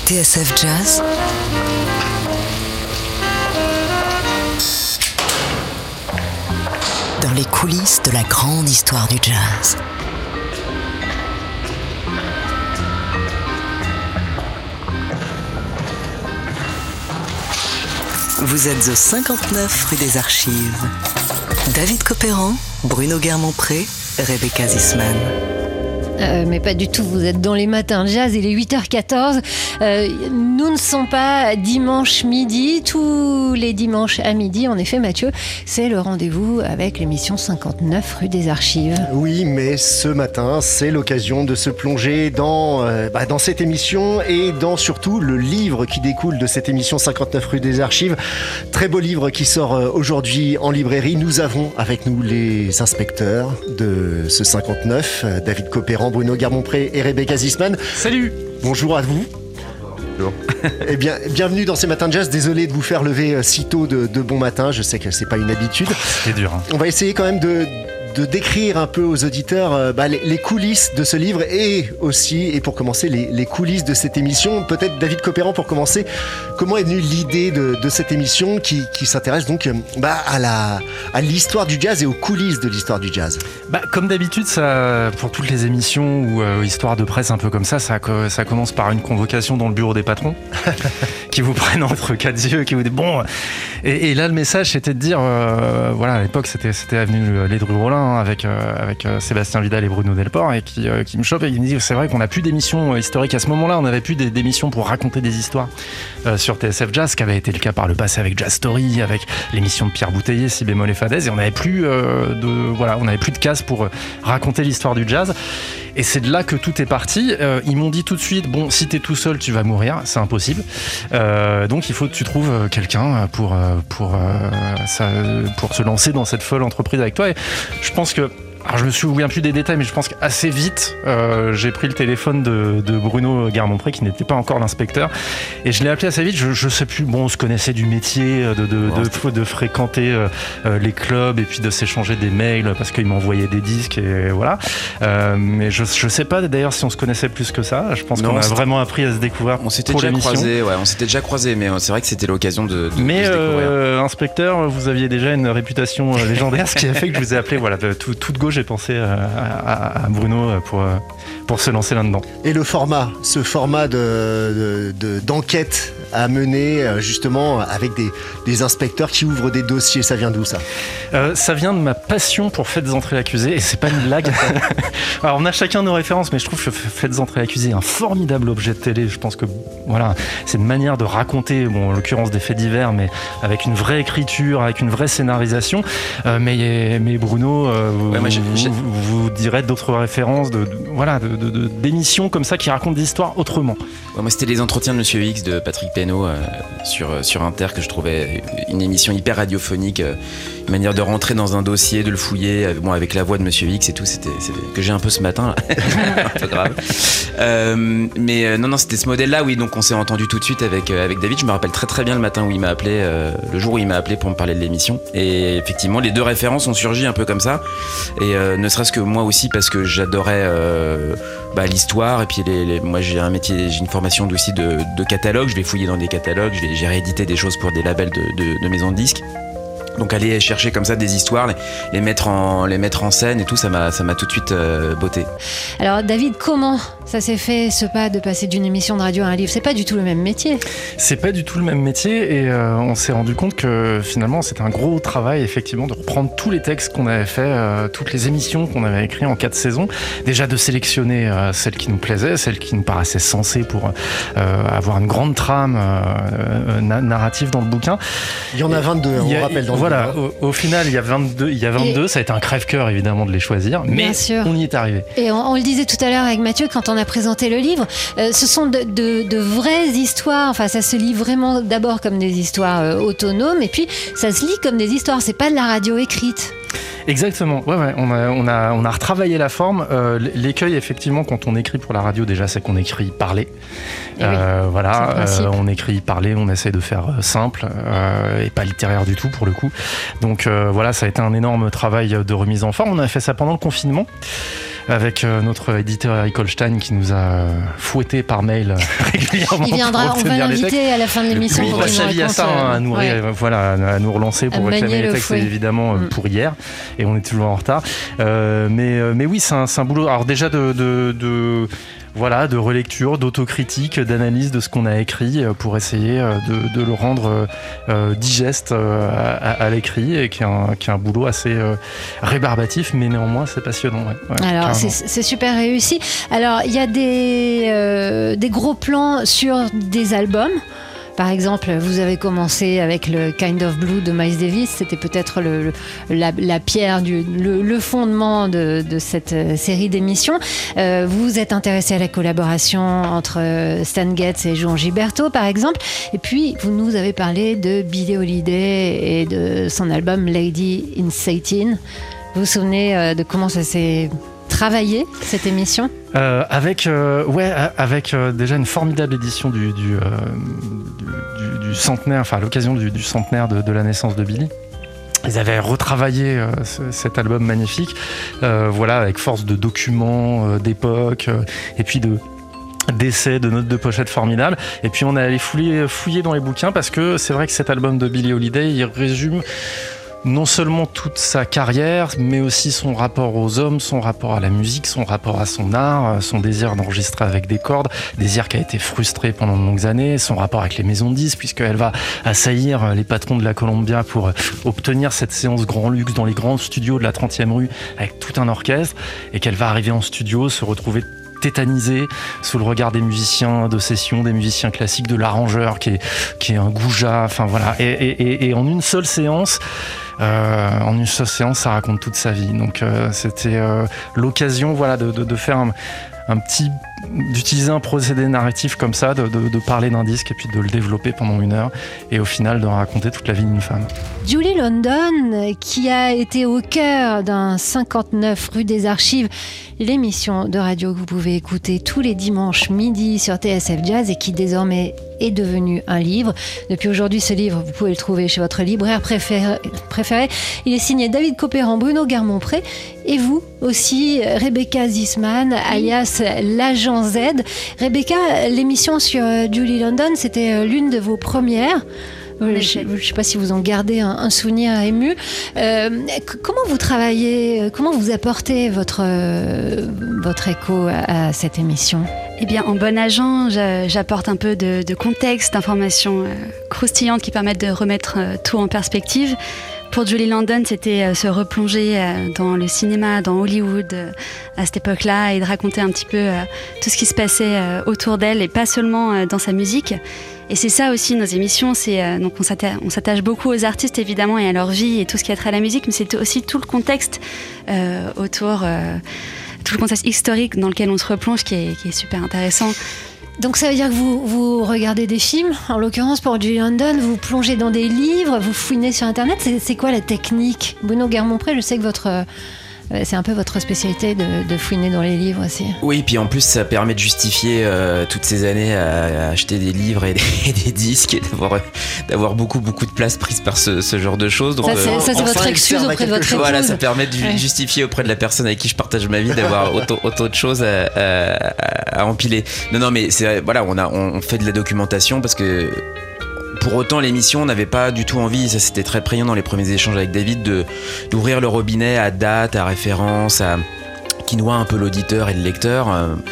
TSF Jazz, dans les coulisses de la grande histoire du jazz. Vous êtes au 59 rue des Archives. David Copéran, Bruno Guermont-Pré, Rebecca Zisman. Mais pas du tout, vous êtes dans les matins jazz, il est 8h14. Nous ne sommes pas dimanche midi, tous les dimanches à midi, en effet Mathieu, c'est le rendez-vous avec l'émission 59 rue des Archives. Oui, mais ce matin, c'est l'occasion de se plonger dans cette émission et dans surtout le livre qui découle de cette émission 59 rue des Archives. Très beau livre qui sort aujourd'hui en librairie. Nous avons avec nous les inspecteurs de ce 59, David Copéran, Bruno Guermont-Pré et Rebecca Zisman. Salut. Bonjour à vous. Bonjour. Eh bien, bienvenue dans ces matins de jazz. Désolé de vous faire lever si tôt de bon matin. Je sais que c'est pas une habitude. C'est dur. On va essayer quand même de décrire un peu aux auditeurs les coulisses de ce livre et aussi, et pour commencer, les coulisses de cette émission. Peut-être David Copéran pour commencer. Comment est venue l'idée de cette émission qui s'intéresse donc à l'histoire du jazz et aux coulisses de l'histoire du jazz? Comme d'habitude, ça, pour toutes les émissions ou histoires de presse un peu comme ça commence par une convocation dans le bureau des patrons qui vous prennent entre quatre yeux, qui vous disent bon. Et là, le message, c'était de dire, à l'époque, c'était avenue Ledru-Rollin avec Sébastien Vidal et Bruno Delport, et qui me chope et qui me dit c'est vrai qu'on n'a plus d'émissions historiques à ce moment-là, on n'avait plus d'émissions pour raconter des histoires sur TSF Jazz, ce qui avait été le cas par le passé avec Jazz Story, avec l'émission de Pierre Bouteiller, Si bémol et fa dièse, et on n'avait plus de cases pour raconter l'histoire du jazz. Et c'est de là que tout est parti. Ils m'ont dit tout de suite, bon, si t'es tout seul, tu vas mourir, c'est impossible. Donc il faut que tu trouves quelqu'un pour se lancer dans cette folle entreprise avec toi. Et je pense que, alors je me souviens plus des détails, mais je pense qu'assez vite, j'ai pris le téléphone de Bruno Guermont-Pré, qui n'était pas encore l'inspecteur, et je l'ai appelé assez vite. Je sais plus, bon, on se connaissait du métier, de fréquenter les clubs et puis de s'échanger des mails parce qu'il m'envoyait des disques et voilà. Mais je sais pas d'ailleurs si on se connaissait plus que ça. Je pense qu'on a vraiment appris à se découvrir. On s'était déjà croisés, mais c'est vrai que c'était l'occasion de se découvrir. Inspecteur, vous aviez déjà une réputation légendaire, ce qui a fait que je vous ai appelé. Voilà, toute gauche, j'ai pensé à Bruno pour se lancer là-dedans. Et ce format d'enquête à mener justement avec des inspecteurs qui ouvrent des dossiers, ça vient d'où ça? Ça vient de ma passion pour Faites entrer l'accusé, et c'est pas une blague. Alors on a chacun nos références, mais je trouve que Faites entrer l'accusé est un formidable objet de télé. Je pense que voilà, c'est une manière de raconter, en l'occurrence des faits divers, mais avec une vraie écriture, avec une vraie scénarisation. Mais Bruno, vous direz d'autres références d'émissions comme ça qui racontent des histoires autrement. Ouais, moi c'était les entretiens de Monsieur X de Patrick Pénaud sur Inter, que je trouvais une émission hyper radiophonique, une manière de rentrer dans un dossier, de le fouiller, avec la voix de Monsieur X et tout, c'était que j'ai un peu ce matin là. Un peu grave. Non, c'était ce modèle-là, oui. Donc on s'est entendu tout de suite avec David. Je me rappelle très très bien le matin où il m'a appelé, le jour où il m'a appelé pour me parler de l'émission. Et effectivement, les deux références ont surgi un peu comme ça. Et ne serait-ce que moi aussi, parce que j'adorais l'histoire. Et puis moi j'ai un métier, j'ai une formation aussi de catalogue. Je vais fouiller dans des catalogues. J'ai réédité des choses pour des labels de maisons de disques. Donc aller chercher comme ça des histoires, les mettre en scène et tout, ça m'a tout de suite botté. Alors David, comment ça s'est fait, ce pas de passer d'une émission de radio à un livre? C'est pas du tout le même métier. C'est pas du tout le même métier, et on s'est rendu compte que finalement c'était un gros travail effectivement de reprendre tous les textes qu'on avait fait, toutes les émissions qu'on avait écrites en 4 saisons, déjà de sélectionner celles qui nous plaisaient, celles qui nous paraissaient sensées pour avoir une grande trame narrative dans le bouquin. Il y en a 22, on rappelle dans le voilà, au final, il y a 22. Ça a été un crève-cœur, évidemment, de les choisir. Mais on y est arrivé. Et on le disait tout à l'heure avec Mathieu, quand on a présenté le livre, ce sont de vraies histoires. Enfin, ça se lit vraiment d'abord comme des histoires autonomes, et puis ça se lit comme des histoires. C'est pas de la radio écrite. Exactement, ouais, on a retravaillé la forme. L'écueil, effectivement, quand on écrit pour la radio, déjà, c'est qu'on écrit parler. On écrit parler, on essaie de faire simple et pas littéraire du tout pour le coup. Donc ça a été un énorme travail de remise en forme. On a fait ça pendant le confinement. avec notre éditeur Eric Holstein qui nous a fouetté par mail régulièrement. Il viendra, on va l'inviter à la fin de l'émission. Il passe sa vie à ça, à nous relancer pour réclamer les textes, évidemment pour hier, et on est toujours en retard. Mais oui, c'est un boulot. Alors déjà de relecture, d'autocritique, d'analyse de ce qu'on a écrit pour essayer de le rendre digeste à l'écrit, et qui est un boulot assez rébarbatif, mais néanmoins c'est passionnant. Alors c'est super réussi. Alors il y a des gros plans sur des albums. Par exemple, vous avez commencé avec le Kind of Blue de Miles Davis. C'était peut-être la pierre, le fondement de cette série d'émissions. Vous vous êtes intéressé à la collaboration entre Stan Getz et João Gilberto, par exemple. Et puis, vous nous avez parlé de Billie Holiday et de son album Lady in Satin. Vous vous souvenez de comment ça s'est travaillé, cette émission ? Avec déjà une formidable édition du centenaire, enfin à l'occasion du centenaire de la naissance de Billy. Ils avaient retravaillé cet album magnifique, avec force de documents d'époque, et puis d'essais, de notes de pochette formidables. Et puis on est allé fouiller dans les bouquins, parce que c'est vrai que cet album de Billie Holiday, il résume non seulement toute sa carrière, mais aussi son rapport aux hommes, son rapport à la musique, son rapport à son art, son désir d'enregistrer avec des cordes, désir qui a été frustré pendant de longues années, son rapport avec les maisons de disques, puisqu'elle va assaillir les patrons de la Columbia pour obtenir cette séance grand luxe dans les grands studios de la 30e rue avec tout un orchestre, et qu'elle va arriver en studio, se retrouver tétanisé sous le regard des musiciens de session, des musiciens classiques, de l'arrangeur qui est un goujat, et en une seule séance, ça raconte toute sa vie. Donc c'était l'occasion, de faire d'utiliser un procédé narratif comme ça, de parler d'un disque et puis de le développer pendant 1 heure, et au final de raconter toute la vie d'une femme. Julie London, qui a été au cœur d'un 59 rue des Archives, l'émission de radio que vous pouvez écouter tous les dimanches midi sur TSF Jazz, et qui désormais est devenu un livre. Depuis aujourd'hui, ce livre, vous pouvez le trouver chez votre libraire préféré. Il est signé David Copéran, Bruno Guermont-Pré, et vous aussi, Rebecca Zisman, alias l'Agent Z. Rebecca, l'émission sur Julie London, c'était l'une de vos premières. Je ne sais pas si vous en gardez un souvenir ému. Comment vous travaillez, comment vous apportez votre écho à cette émission ? Eh bien, en bon agent, j'apporte un peu de contexte, d'informations croustillantes qui permettent de remettre tout en perspective. Pour Julie London, c'était se replonger dans le cinéma, dans Hollywood à cette époque-là, et de raconter un petit peu tout ce qui se passait autour d'elle, et pas seulement dans sa musique. Et c'est ça aussi nos émissions, donc on s'attache beaucoup aux artistes évidemment et à leur vie et tout ce qui a trait à la musique, mais c'est aussi tout le contexte autour, tout le contexte historique dans lequel on se replonge qui est super intéressant. Donc ça veut dire que vous regardez des films, en l'occurrence pour Julie London, vous plongez dans des livres, vous fouinez sur Internet. C'est quoi la technique ? Bruno Guermont-Pré, je sais que c'est un peu votre spécialité de fouiner dans les livres aussi. Oui, puis en plus ça permet de justifier toutes ces années à acheter des livres et des disques, et d'avoir beaucoup de place prise par ce genre de choses. Donc, ça c'est votre excuse auprès de votre épouse. Voilà, ça permet de justifier auprès de la personne avec qui je partage ma vie d'avoir autant de choses à empiler. Non, mais c'est voilà, on fait de la documentation parce que pour autant, l'émission, on n'avait pas du tout envie, ça c'était très prégnant dans les premiers échanges avec David, d'ouvrir le robinet à date, à référence, qui noie un peu l'auditeur et le lecteur,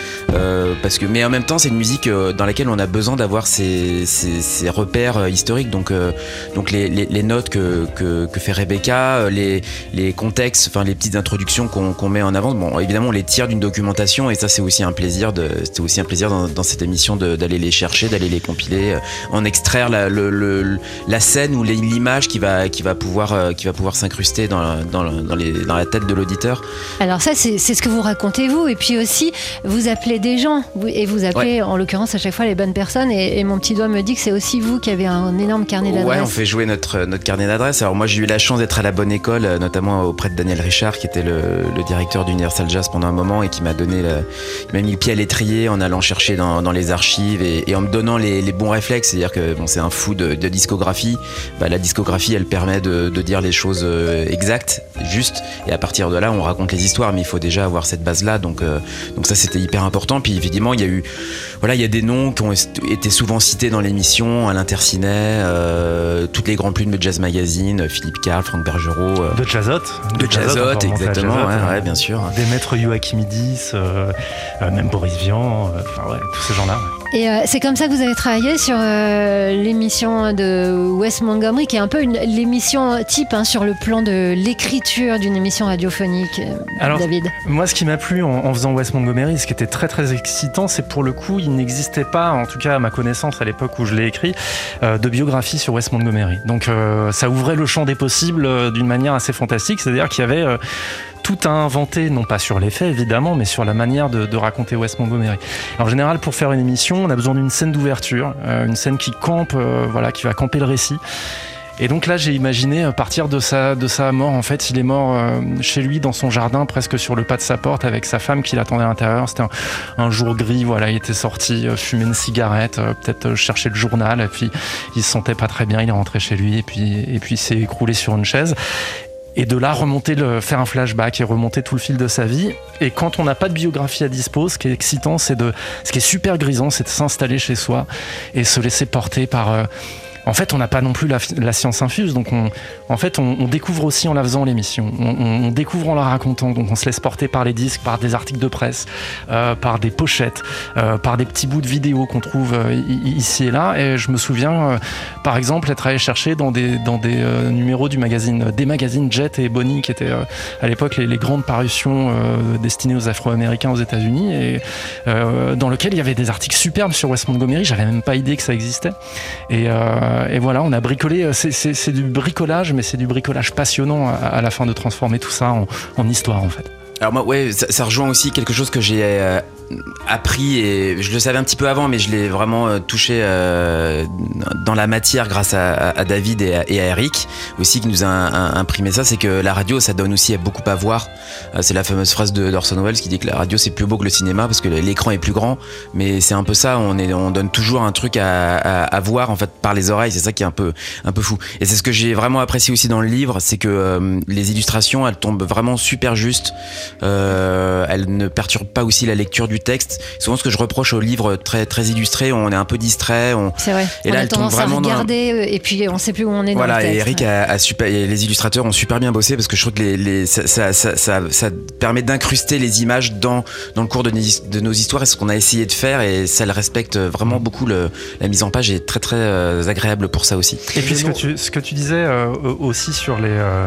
mais en même temps c'est une musique dans laquelle on a besoin d'avoir ces repères historiques, donc les notes que fait Rebecca, les contextes, enfin les petites introductions qu'on met en avant. Bon, évidemment on les tire d'une documentation, et ça c'est aussi un plaisir dans cette émission d'aller les chercher, d'aller les compiler, en extraire la scène ou l'image qui va pouvoir s'incruster dans la tête de l'auditeur. Alors ça c'est ce que vous racontez vous, et puis aussi vous appelez des gens, et vous appelez en l'occurrence à chaque fois les bonnes personnes, et mon petit doigt me dit que c'est aussi vous qui avez un énorme carnet d'adresses. Ouais, on fait jouer notre carnet d'adresses. Alors moi j'ai eu la chance d'être à la bonne école, notamment auprès de Daniel Richard qui était le directeur d'Universal Jazz pendant un moment, et qui m'a mis le pied à l'étrier en allant chercher dans les archives et en me donnant les bons réflexes. C'est-à-dire que c'est un fou de discographie. La discographie elle permet de dire les choses exactes, justes, et à partir de là on raconte les histoires, mais il faut déjà avoir avoir cette base-là. Donc ça, c'était hyper important. Puis évidemment, il y a des noms qui ont été souvent cités dans l'émission, Alain Tercinet, toutes les grandes plumes de Jazz Magazine, Philippe Carl, Franck Bergerot. De Jazzotte. Exactement, ouais, bien sûr. Des maîtres Joachimidis, même Boris Vian, tous ces gens-là. Ouais. Et c'est comme ça que vous avez travaillé sur l'émission de Wes Montgomery, qui est un peu l'émission type sur le plan de l'écriture d'une émission radiophonique. Alors, David. Moi, ce qui m'a plu en faisant Wes Montgomery, ce qui était très très excitant, c'est pour le coup, il n'existait pas, en tout cas à ma connaissance à l'époque où je l'ai écrit, de biographie sur Wes Montgomery. Donc ça ouvrait le champ des possibles d'une manière assez fantastique, c'est-à-dire qu'il y avait tout à inventer, non pas sur les faits évidemment, mais sur la manière de raconter Wes Montgomery. En général, pour faire une émission, on a besoin d'une scène d'ouverture, une scène qui campe, qui va camper le récit. Et donc là, j'ai imaginé partir de sa mort. En fait, il est mort chez lui, dans son jardin, presque sur le pas de sa porte, avec sa femme qui l'attendait à l'intérieur. C'était un jour gris, il était sorti fumer une cigarette, peut-être chercher le journal, et puis il se sentait pas très bien, il est rentré chez lui, et puis il s'est écroulé sur une chaise. Et de là, faire un flashback et remonter tout le fil de sa vie. Et quand on n'a pas de biographie à dispo, ce qui est excitant, ce qui est super grisant, c'est de s'installer chez soi et se laisser porter par... En fait, on n'a pas non plus la science infuse, donc on découvre aussi en la faisant l'émission. On découvre en la racontant, donc on se laisse porter par les disques, par des articles de presse, par des pochettes, par des petits bouts de vidéos qu'on trouve ici et là. Et je me souviens, par exemple, être allé chercher dans des numéros des magazines Jet et Bonnie, qui étaient à l'époque les grandes parutions destinées aux Afro-Américains aux États-Unis, et dans lequel il y avait des articles superbes sur Wes Montgomery. J'avais même pas idée que ça existait. Et voilà, on a bricolé, c'est du bricolage, mais c'est du bricolage passionnant à la fin de transformer tout ça en histoire en fait. Alors moi, ça rejoint aussi quelque chose que j'ai appris, et je le savais un petit peu avant, mais je l'ai vraiment touché dans la matière grâce à David et à Eric aussi, qui nous a imprimé ça. C'est que la radio, ça donne aussi beaucoup à voir. C'est la fameuse phrase d'Orson Welles qui dit que la radio, c'est plus beau que le cinéma parce que l'écran est plus grand, mais c'est un peu ça. On donne toujours un truc à voir en fait par les oreilles. C'est ça qui est un peu fou. Et c'est ce que j'ai vraiment apprécié aussi dans le livre, c'est que les illustrations, elles tombent vraiment super justes. Elles ne perturbent pas aussi la lecture du texte. Souvent, ce que je reproche aux livres très très illustrés, on est un peu distrait. C'est vrai. Et là, on a tendance à regarder et puis on sait plus où on est dans le texte. Et Eric et les illustrateurs ont super bien bossé, parce que je trouve que ça permet d'incruster les images dans le cours de nos histoires, et ce qu'on a essayé de faire, et ça le respecte vraiment beaucoup. La mise en page est très très agréable pour ça aussi. Et puis ce que tu disais aussi sur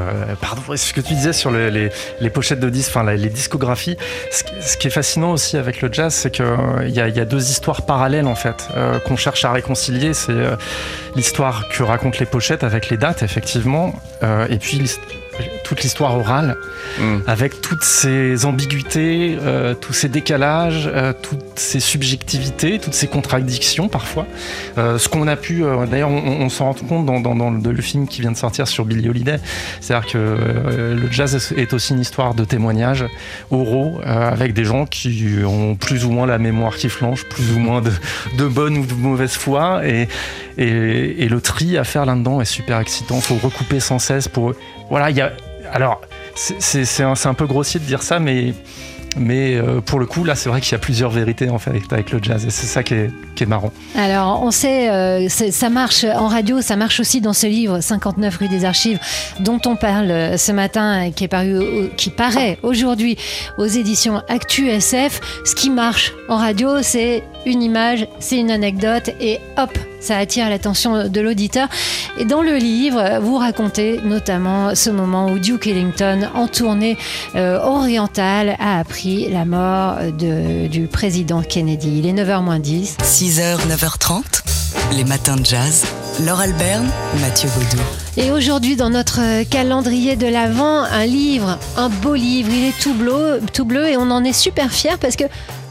les pochettes de disques, les discographies, ce qui est fascinant aussi avec le jazz, c'est qu'il y a deux histoires parallèles en fait qu'on cherche à réconcilier. C'est l'histoire que racontent les pochettes avec les dates effectivement, et puis toute l'histoire orale, avec toutes ces ambiguïtés, tous ces décalages, toutes ces subjectivités, toutes ces contradictions parfois. Ce qu'on a pu, d'ailleurs on s'en rend compte dans le film qui vient de sortir sur Billie Holiday, c'est-à-dire que le jazz est aussi une histoire de témoignages oraux, avec des gens qui ont plus ou moins la mémoire qui flanche, plus ou moins de bonne ou de mauvaise foi, et le tri à faire là-dedans est super excitant. Il faut recouper sans cesse pour... Voilà, alors, c'est un peu grossier de dire ça, mais pour le coup, là, c'est vrai qu'il y a plusieurs vérités en fait avec le jazz, et c'est ça qui est marrant. Alors, on sait, ça marche en radio, ça marche aussi dans ce livre 59 rue des Archives, dont on parle ce matin, qui paraît aujourd'hui aux éditions Actu SF. Ce qui marche en radio, c'est une image, c'est une anecdote, et hop, ça attire l'attention de l'auditeur. Et dans le livre, vous racontez notamment ce moment où Duke Ellington, en tournée orientale, a appris la mort du président Kennedy. Il est 9h-10. 6h, 9h30, les matins de jazz. Laure Alberne, Mathieu Baudou. Et aujourd'hui, dans notre calendrier de l'Avent, un livre, un beau livre. Il est tout bleu, et on en est super fiers parce que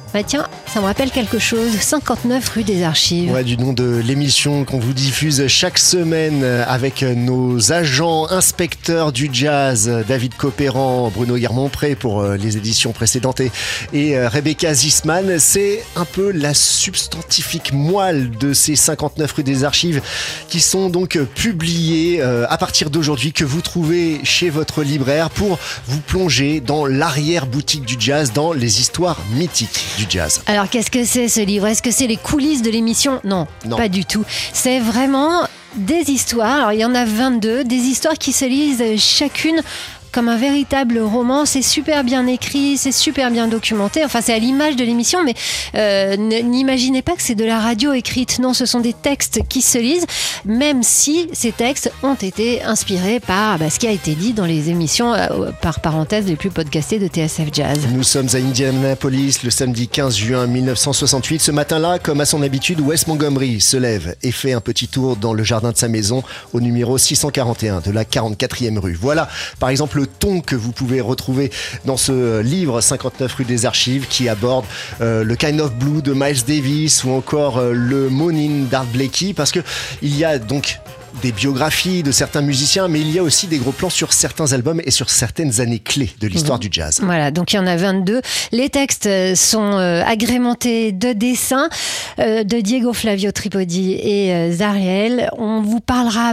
Bah tiens, ça me rappelle quelque chose, 59 rue des Archives. Ouais, du nom de l'émission qu'on vous diffuse chaque semaine avec nos agents inspecteurs du jazz, David Copéran, Bruno Guermont-Pré pour les éditions précédentes et Rebecca Zisman. C'est un peu la substantifique moelle de ces 59 rue des Archives qui sont donc publiés à partir d'aujourd'hui, que vous trouvez chez votre libraire pour vous plonger dans l'arrière-boutique du jazz, dans les histoires mythiques du jazz. Alors qu'est-ce que c'est ce livre ? Est-ce que c'est les coulisses de l'émission ? Non, pas du tout. C'est vraiment des histoires. Alors il y en a 22, des histoires qui se lisent chacune comme un véritable roman. C'est super bien écrit, c'est super bien documenté. Enfin, c'est à l'image de l'émission, mais n'imaginez pas que c'est de la radio écrite. Non, ce sont des textes qui se lisent, même si ces textes ont été inspirés par ce qui a été dit dans les émissions, par parenthèse, les plus podcastées de TSF Jazz. Nous sommes à Indianapolis le samedi 15 juin 1968. Ce matin-là, comme à son habitude, Wes Montgomery se lève et fait un petit tour dans le jardin de sa maison au numéro 641 de la 44e rue. Voilà, par exemple, le ton que vous pouvez retrouver dans ce livre 59 rue des Archives qui aborde le Kind of Blue de Miles Davis ou encore le Moanin' d'Art Blakey, parce que il y a donc des biographies de certains musiciens, mais il y a aussi des gros plans sur certains albums et sur certaines années clés de l'histoire du jazz. Voilà, donc il y en a 22. Les textes sont agrémentés de dessins de Diego Flavio Tripodi et Zariel. On vous parlera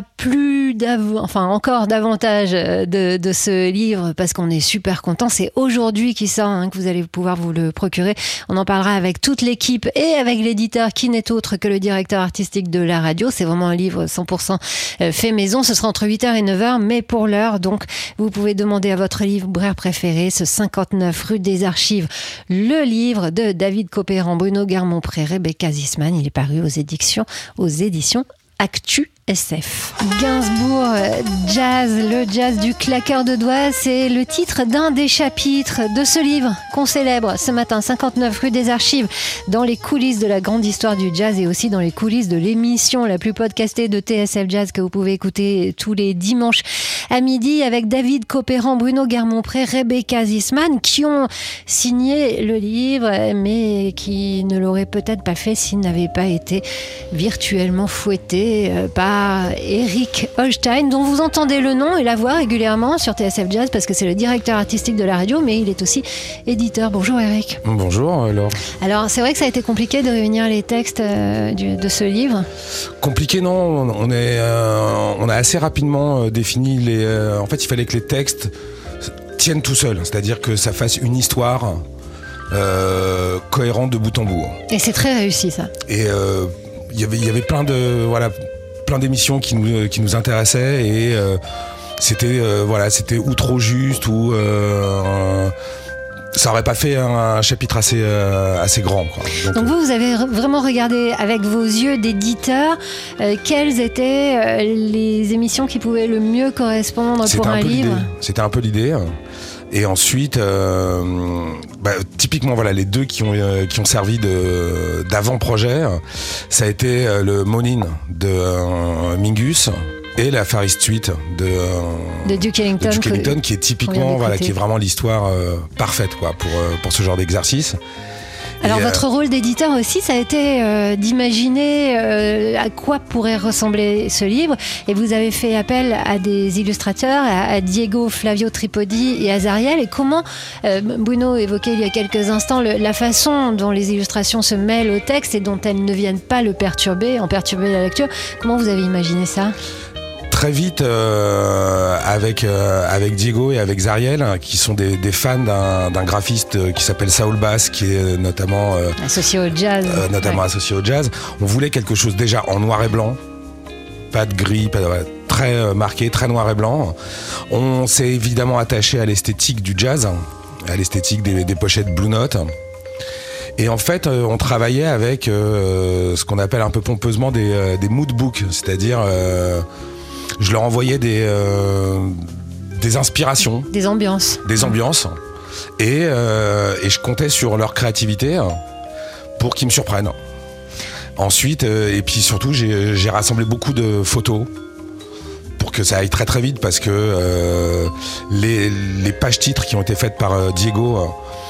encore davantage de ce livre parce qu'on est super contents. C'est aujourd'hui qu'il sort, que vous allez pouvoir vous le procurer. On en parlera avec toute l'équipe et avec l'éditeur qui n'est autre que le directeur artistique de la radio. C'est vraiment un livre 100% fait maison. Ce sera entre 8h et 9h, mais pour l'heure, donc, vous pouvez demander à votre libraire préféré, ce 59 rue des Archives, le livre de David Copéran, Bruno Guermont-Pré, Rebecca Zisman. Il est paru aux éditions Actu SF. Gainsbourg Jazz, le jazz du claqueur de doigts, c'est le titre d'un des chapitres de ce livre qu'on célèbre ce matin, 59 rue des Archives, dans les coulisses de la grande histoire du jazz et aussi dans les coulisses de l'émission la plus podcastée de TSF Jazz que vous pouvez écouter tous les dimanches à midi avec David Copéran, Bruno Guermont-Pré, Rebecca Zisman qui ont signé le livre mais qui ne l'auraient peut-être pas fait s'ils n'avaient pas été virtuellement fouettés par Eric Holstein, dont vous entendez le nom et la voix régulièrement sur TSF Jazz parce que c'est le directeur artistique de la radio, mais il est aussi éditeur. Bonjour Eric. Bonjour Laure. Alors c'est vrai que ça a été compliqué de réunir les textes de ce livre. Compliqué non, on a assez rapidement défini en fait il fallait que les textes tiennent tout seuls, c'est-à-dire que ça fasse une histoire cohérente de bout en bout. Et c'est très réussi ça. Et il y avait plein d'émissions qui nous intéressaient et c'était ou trop juste ou ça aurait pas fait un chapitre assez grand, quoi. Donc vous avez vraiment regardé avec vos yeux d'éditeur quelles étaient les émissions qui pouvaient le mieux correspondre pour un livre. C'était un peu l'idée. Et ensuite, typiquement, les deux qui ont servi d'avant-projet, ça a été le Moanin' de Mingus et la Far East Suite de Duke Ellington, qui est typiquement, qui est vraiment l'histoire parfaite, quoi, pour ce genre d'exercice. Alors votre rôle d'éditeur aussi, ça a été d'imaginer à quoi pourrait ressembler ce livre, et vous avez fait appel à des illustrateurs, à Diego Flavio Tripodi et à Zariel. Et comment, Bruno évoquait il y a quelques instants la façon dont les illustrations se mêlent au texte et dont elles ne viennent pas en perturber la lecture. Comment vous avez imaginé ça ? Très vite avec Diego et avec Zariel, qui sont des fans d'un graphiste qui s'appelle Saul Bass, qui est notamment associé au jazz. Associé au jazz. On voulait quelque chose déjà en noir et blanc, pas de gris, très marqué, très noir et blanc. On s'est évidemment attaché à l'esthétique du jazz, à l'esthétique des pochettes Blue Note. Et en fait, on travaillait avec ce qu'on appelle un peu pompeusement des mood books, c'est-à-dire je leur envoyais des inspirations. Des ambiances. Et je comptais sur leur créativité pour qu'ils me surprennent. Ensuite, et puis surtout, j'ai rassemblé beaucoup de photos pour que ça aille très très vite parce que les pages titres qui ont été faites par Diego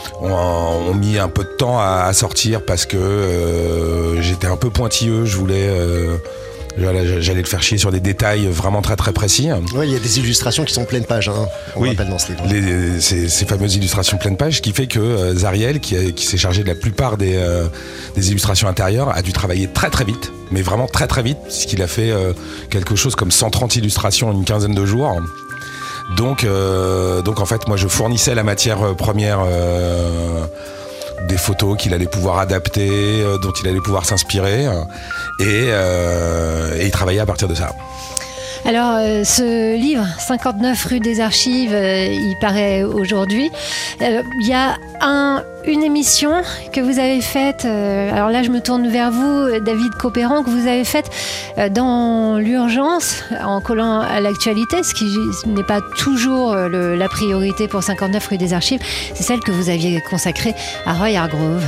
ont mis un peu de temps à sortir parce que j'étais un peu pointilleux, j'allais le faire chier sur des détails vraiment très très précis. Oui, il y a des illustrations qui sont pleines pages, on rappelle dans ce livre. Ces fameuses illustrations pleines pages, qui fait que Zariel, qui s'est chargé de la plupart des illustrations intérieures, a dû travailler très très vite, mais vraiment très très vite, puisqu'il a fait quelque chose comme 130 illustrations en une quinzaine de jours. Donc en fait, moi je fournissais la matière première, des photos qu'il allait pouvoir adapter, dont il allait pouvoir s'inspirer, et il travaillait à partir de ça. Alors, ce livre, 59 rue des Archives, il paraît aujourd'hui. Il y a une émission que vous avez faite, alors là je me tourne vers vous, David Copéran, que vous avez faite dans l'urgence, en collant à l'actualité, ce qui n'est pas toujours la priorité pour 59 rue des Archives. C'est celle que vous aviez consacrée à Roy Hargrove.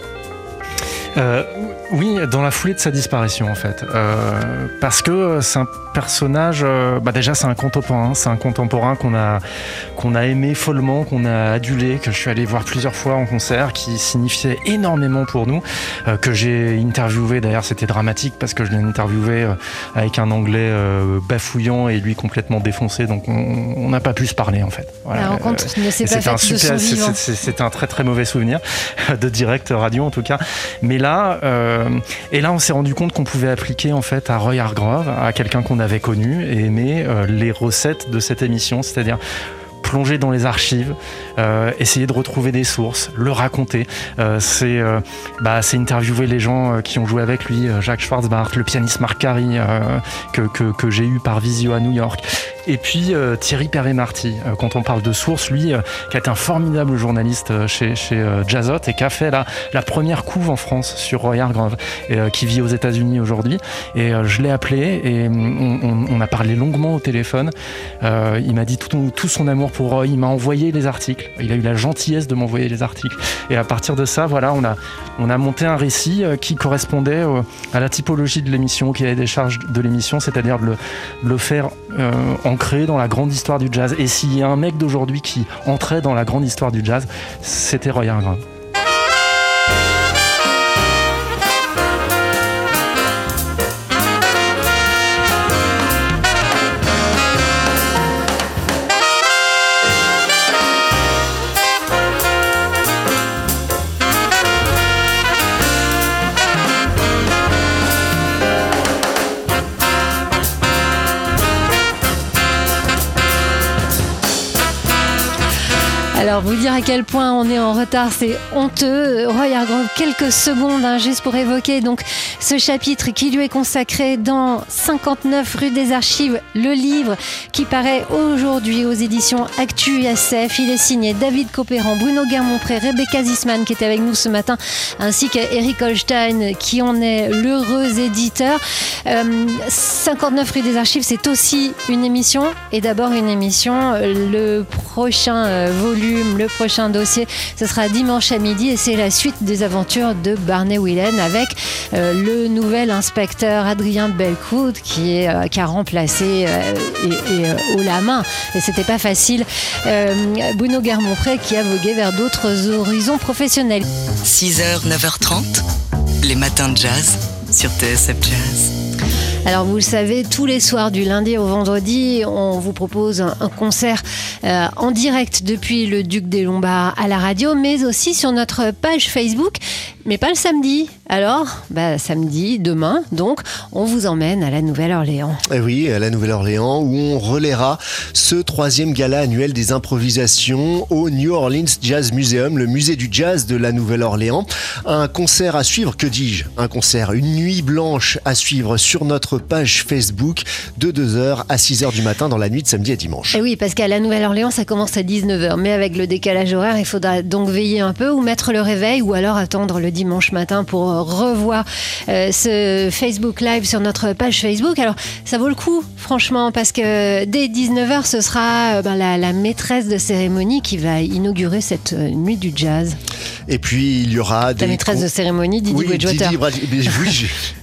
Oui, dans la foulée de sa disparition en fait, parce que c'est un personnage, déjà c'est un contemporain qu'on a aimé follement, qu'on a adulé, que je suis allé voir plusieurs fois en concert, qui signifiait énormément pour nous, que j'ai interviewé, d'ailleurs c'était dramatique parce que je l'ai interviewé avec un anglais bafouillant et lui complètement défoncé, donc on n'a pas pu se parler en fait. Voilà. La rencontre ne s'est pas faite de son vivant. C'était un très très mauvais souvenir de direct radio en tout cas, mais là on s'est rendu compte qu'on pouvait appliquer en fait à Roy Hargrove, à quelqu'un qu'on avait connu et aimé, les recettes de cette émission, c'est-à-dire plonger dans les archives, essayer de retrouver des sources, le raconter. C'est interviewer les gens qui ont joué avec lui, Jacques Schwarzbart, le pianiste Marc Carey, que j'ai eu par visio à New York. Et puis Thierry Perret-Marty, quand on parle de sources, lui, qui a été un formidable journaliste chez Jazzot et qui a fait la première couve en France sur Roy Hargrove, qui vit aux États-Unis aujourd'hui. Et je l'ai appelé et on a parlé longuement au téléphone. Il m'a dit tout son amour pour Roy. Il m'a envoyé les articles. Il a eu la gentillesse de m'envoyer les articles. Et à partir de ça, voilà, on a monté un récit qui correspondait à la typologie de l'émission, qui avait des charges de l'émission, c'est-à-dire de le faire ancré dans la grande histoire du jazz. Et s'il y a un mec d'aujourd'hui qui entrait dans la grande histoire du jazz, c'était Roy Hargrove. Alors, vous dire à quel point on est en retard, c'est honteux. Roy Hargrove, quelques secondes, juste pour évoquer donc ce chapitre qui lui est consacré dans 59 rue des Archives, le livre qui paraît aujourd'hui aux éditions Actu SF. Il est signé David Copéran, Bruno Guermont-Pré, Rebecca Zisman qui était avec nous ce matin, ainsi qu'Eric Holstein qui en est l'heureux éditeur. 59 rue des Archives, c'est aussi une émission, et d'abord une émission. Le prochain volume, le prochain dossier, ce sera dimanche à midi et c'est la suite des aventures de Barney Whelan avec le nouvel inspecteur Adrien Belcourt qui a remplacé et haut la main, et c'était pas facile, Bruno Guermont-Pré qui a vogué vers d'autres horizons professionnels. 6h, 9h30, les matins de jazz sur TSF Jazz. Alors vous le savez, tous les soirs du lundi au vendredi, on vous propose un concert en direct depuis le Duc des Lombards à la radio, mais aussi sur notre page Facebook, mais pas le samedi. Alors, samedi, demain, donc, on vous emmène à la Nouvelle-Orléans. Et oui, à la Nouvelle-Orléans, où on relaiera ce 3e gala annuel des improvisations au New Orleans Jazz Museum, le musée du jazz de la Nouvelle-Orléans. Un concert à suivre, que dis-je ? Un concert, une nuit blanche à suivre sur notre page Facebook de 2h à 6h du matin dans la nuit de samedi à dimanche. Et oui, parce qu'à la Nouvelle-Orléans, ça commence à 19h, mais avec le décalage horaire, il faudra donc veiller un peu ou mettre le réveil ou alors attendre le dimanche matin pour revoir ce Facebook Live sur notre page Facebook. Alors, ça vaut le coup, franchement, parce que dès 19h, ce sera la maîtresse de cérémonie qui va inaugurer cette nuit du jazz. Et puis, il y aura la maîtresse de cérémonie, Didi Wedgewater.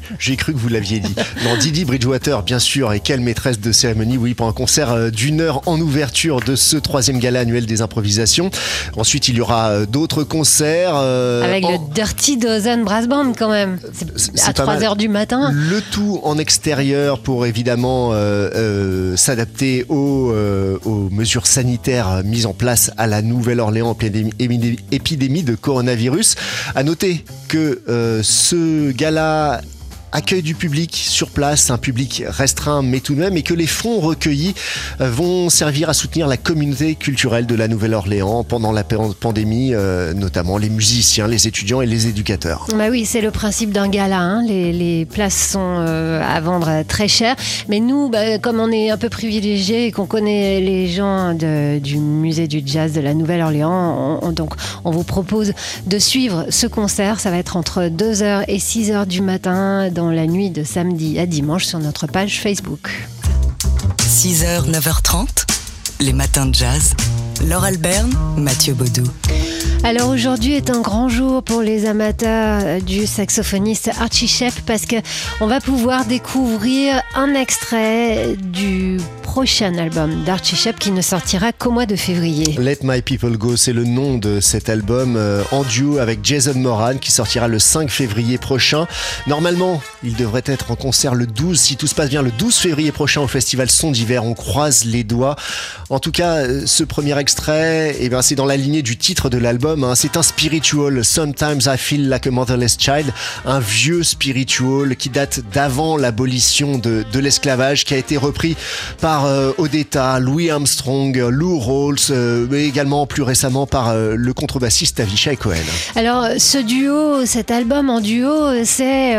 J'ai cru que vous l'aviez dit. Non, Didi Bridgewater, bien sûr, et quelle maîtresse de cérémonie, oui, pour un concert d'1 heure en ouverture de ce 3e gala annuel des improvisations. Ensuite, il y aura d'autres concerts. Avec le Dirty Dozen Brass Band, quand même. C'est à 3 heures du matin. Le tout en extérieur pour évidemment s'adapter aux mesures sanitaires mises en place à la Nouvelle-Orléans en pleine épidémie de coronavirus. À noter que ce gala accueil du public sur place, un public restreint mais tout de même, et que les fonds recueillis vont servir à soutenir la communauté culturelle de la Nouvelle-Orléans pendant la pandémie, notamment les musiciens, les étudiants et les éducateurs. Bah oui, c'est le principe d'un gala, hein. Les places sont à vendre très cher, mais nous, comme on est un peu privilégiés et qu'on connaît les gens du musée du jazz de la Nouvelle-Orléans, donc on vous propose de suivre ce concert. Ça va être entre 2h et 6h du matin dans la nuit de samedi à dimanche sur notre page Facebook. 6h, 9h30, les matins de jazz. Laure Alberne, Mathieu Baudou. Alors aujourd'hui est un grand jour pour les amateurs du saxophoniste Archie Shepp parce qu'on va pouvoir découvrir un extrait du prochain album d'Archie Shepp qui ne sortira qu'au mois de février. Let My People Go, c'est le nom de cet album en duo avec Jason Moran qui sortira le 5 février prochain. Normalement, il devrait être en concert le 12, si tout se passe bien, le 12 février prochain au Festival Son d'hiver. On croise les doigts. En tout cas, ce premier extrait, c'est dans la lignée du titre de l'album. C'est un spiritual, Sometimes I Feel Like a Motherless Child, un vieux spiritual qui date d'avant l'abolition de l'esclavage, qui a été repris par Odetta, Louis Armstrong, Lou Rawls, mais également plus récemment par le contrebassiste Avishai Cohen. Alors ce duo, cet album en duo, c'est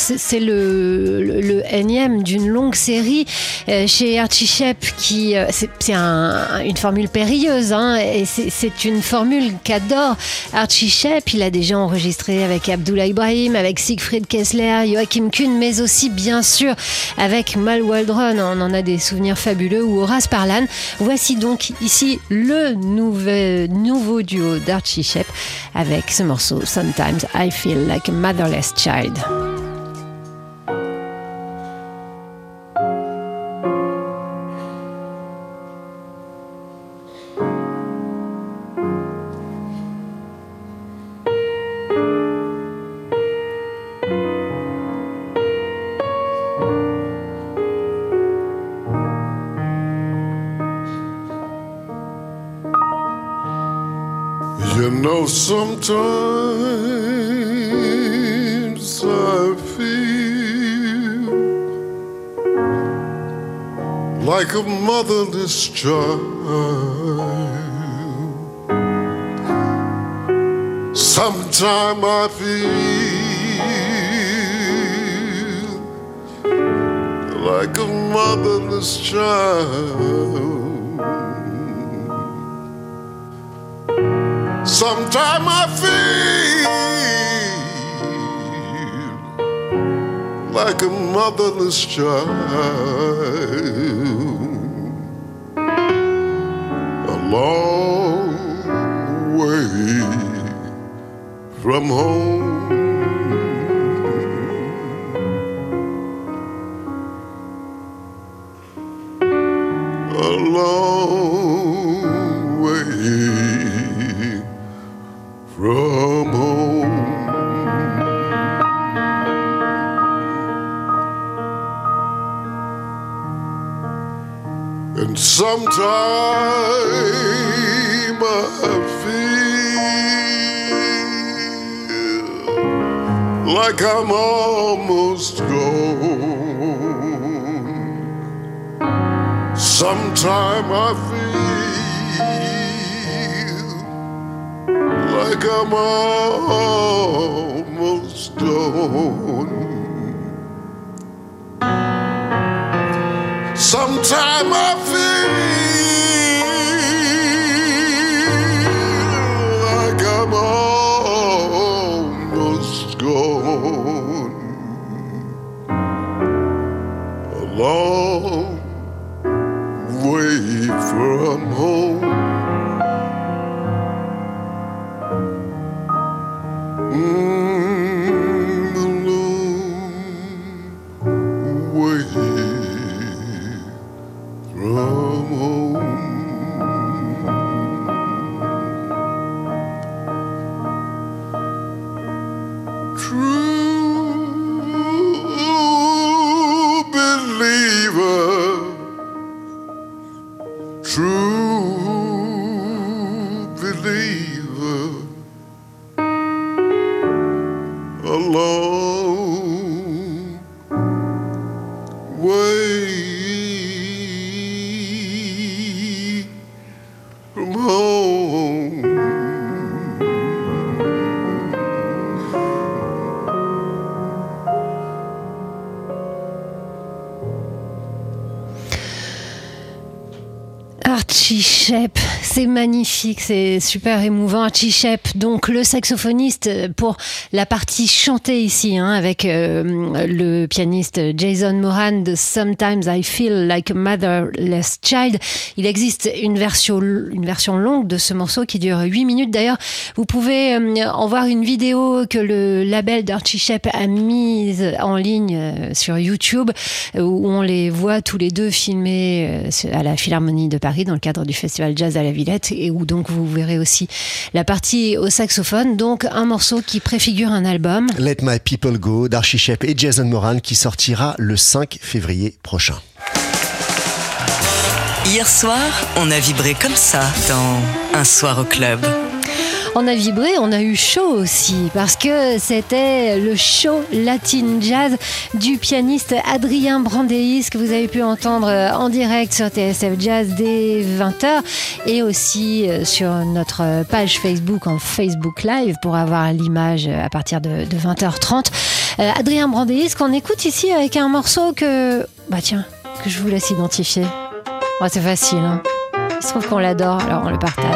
le énième d'une longue série chez Archie Shepp qui c'est une formule périlleuse, et c'est une formule qu'adore Archie Shepp. Il a déjà enregistré avec Abdullah Ibrahim, avec Siegfried Kessler, Joachim Kuhn, mais aussi bien sûr avec Mal Waldron. On en a des souvenirs fabuleux, ou Horace Parlan. Voici donc ici le nouveau duo d'Archie Shepp avec ce morceau Sometimes I Feel Like a Motherless Child. You know, sometimes I feel like a motherless child. Sometimes I feel like a motherless child. Sometimes I feel like a motherless child, a long way from home. A long way from home. And sometime I feel like I'm almost gone. Sometime I feel like I'm almost done. Sometime I feel like I'm almost gone. A long way from home. Alone. long way from home. Archie Shepp, c'est magnifique, c'est super émouvant. Archie Shepp, donc le saxophoniste pour la partie chantée ici, avec le pianiste Jason Moran de Sometimes I Feel Like a Motherless Child. Il existe une version longue de ce morceau qui dure 8 minutes. D'ailleurs, vous pouvez en voir une vidéo que le label d'Archie Shepp a mise en ligne sur YouTube, où on les voit tous les deux filmés à la Philharmonie de Paris dans le cadre du festival Jazz à la Villette, et où donc vous verrez aussi la partie au saxophone, donc un morceau qui préfigure un album. Let My People Go d'Archie Shepp et Jason Moran qui sortira le 5 février prochain. Hier soir, on a vibré comme ça dans Un soir au club. On a vibré, on a eu chaud aussi, parce que c'était le show Latin Jazz du pianiste Adrien Brandeis, que vous avez pu entendre en direct sur TSF Jazz dès 20h, et aussi sur notre page Facebook en Facebook Live pour avoir l'image à partir de 20h30. Adrien Brandeis qu'on écoute ici avec un morceau que je vous laisse identifier. C'est facile, Il se trouve qu'on l'adore, alors on le partage.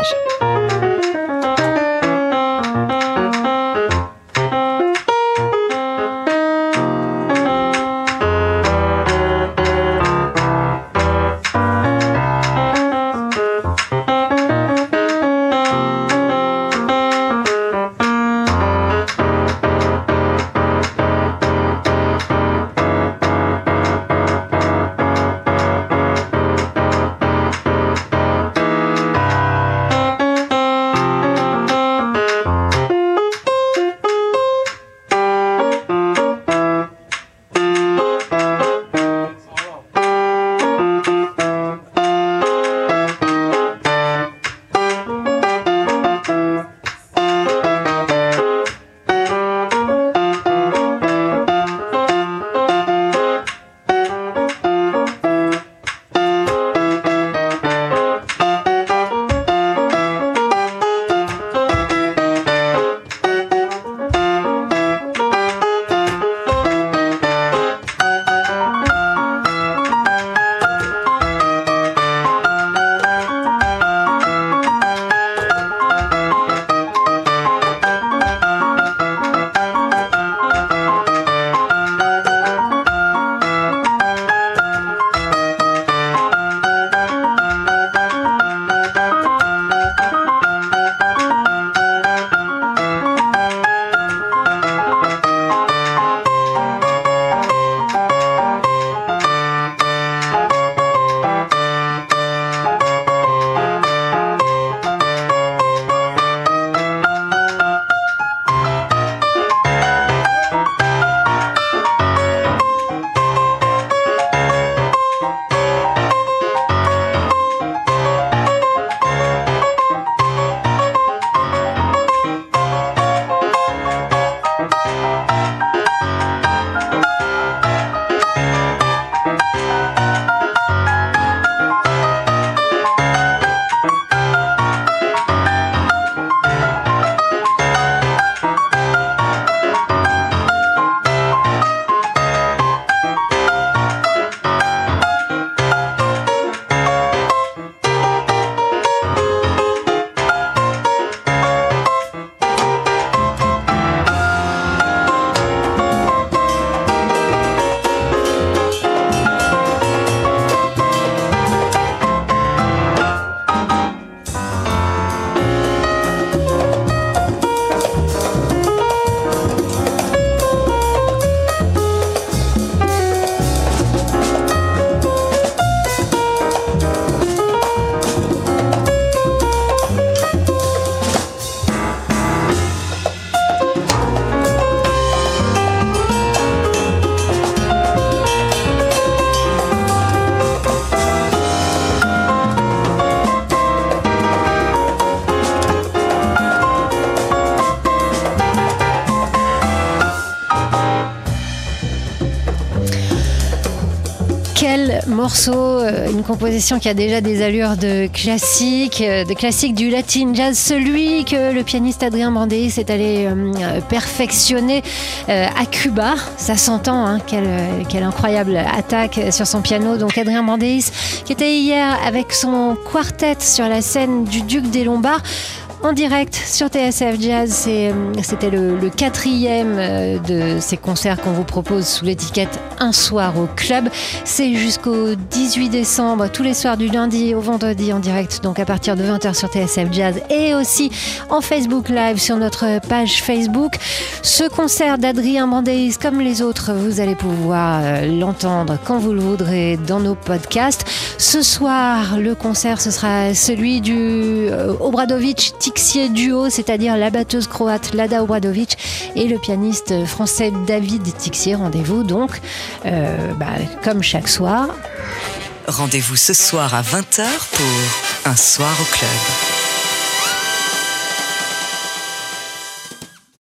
morceau, une composition qui a déjà des allures de classique du latin jazz, celui que le pianiste Adrien Brandeis est allé perfectionner à Cuba. Ça s'entend, hein, quelle incroyable attaque sur son piano. Donc Adrien Brandeis qui était hier avec son quartet sur la scène du Duc des Lombards. En direct sur TSF Jazz, c'était le 4e de ces concerts qu'on vous propose sous l'étiquette Un soir au club. C'est jusqu'au 18 décembre, tous les soirs du lundi au vendredi en direct, donc à partir de 20h sur TSF Jazz et aussi en Facebook Live sur notre page Facebook. Ce concert d'Adrien Brandeis, comme les autres, vous allez pouvoir l'entendre quand vous le voudrez dans nos podcasts. Ce soir, le concert, ce sera celui du Obradović-Tixier duo, c'est-à-dire la batteuse croate Lada Obradović et le pianiste français David Tixier. Rendez-vous donc, comme chaque soir. Rendez-vous ce soir à 20h pour Un soir au club.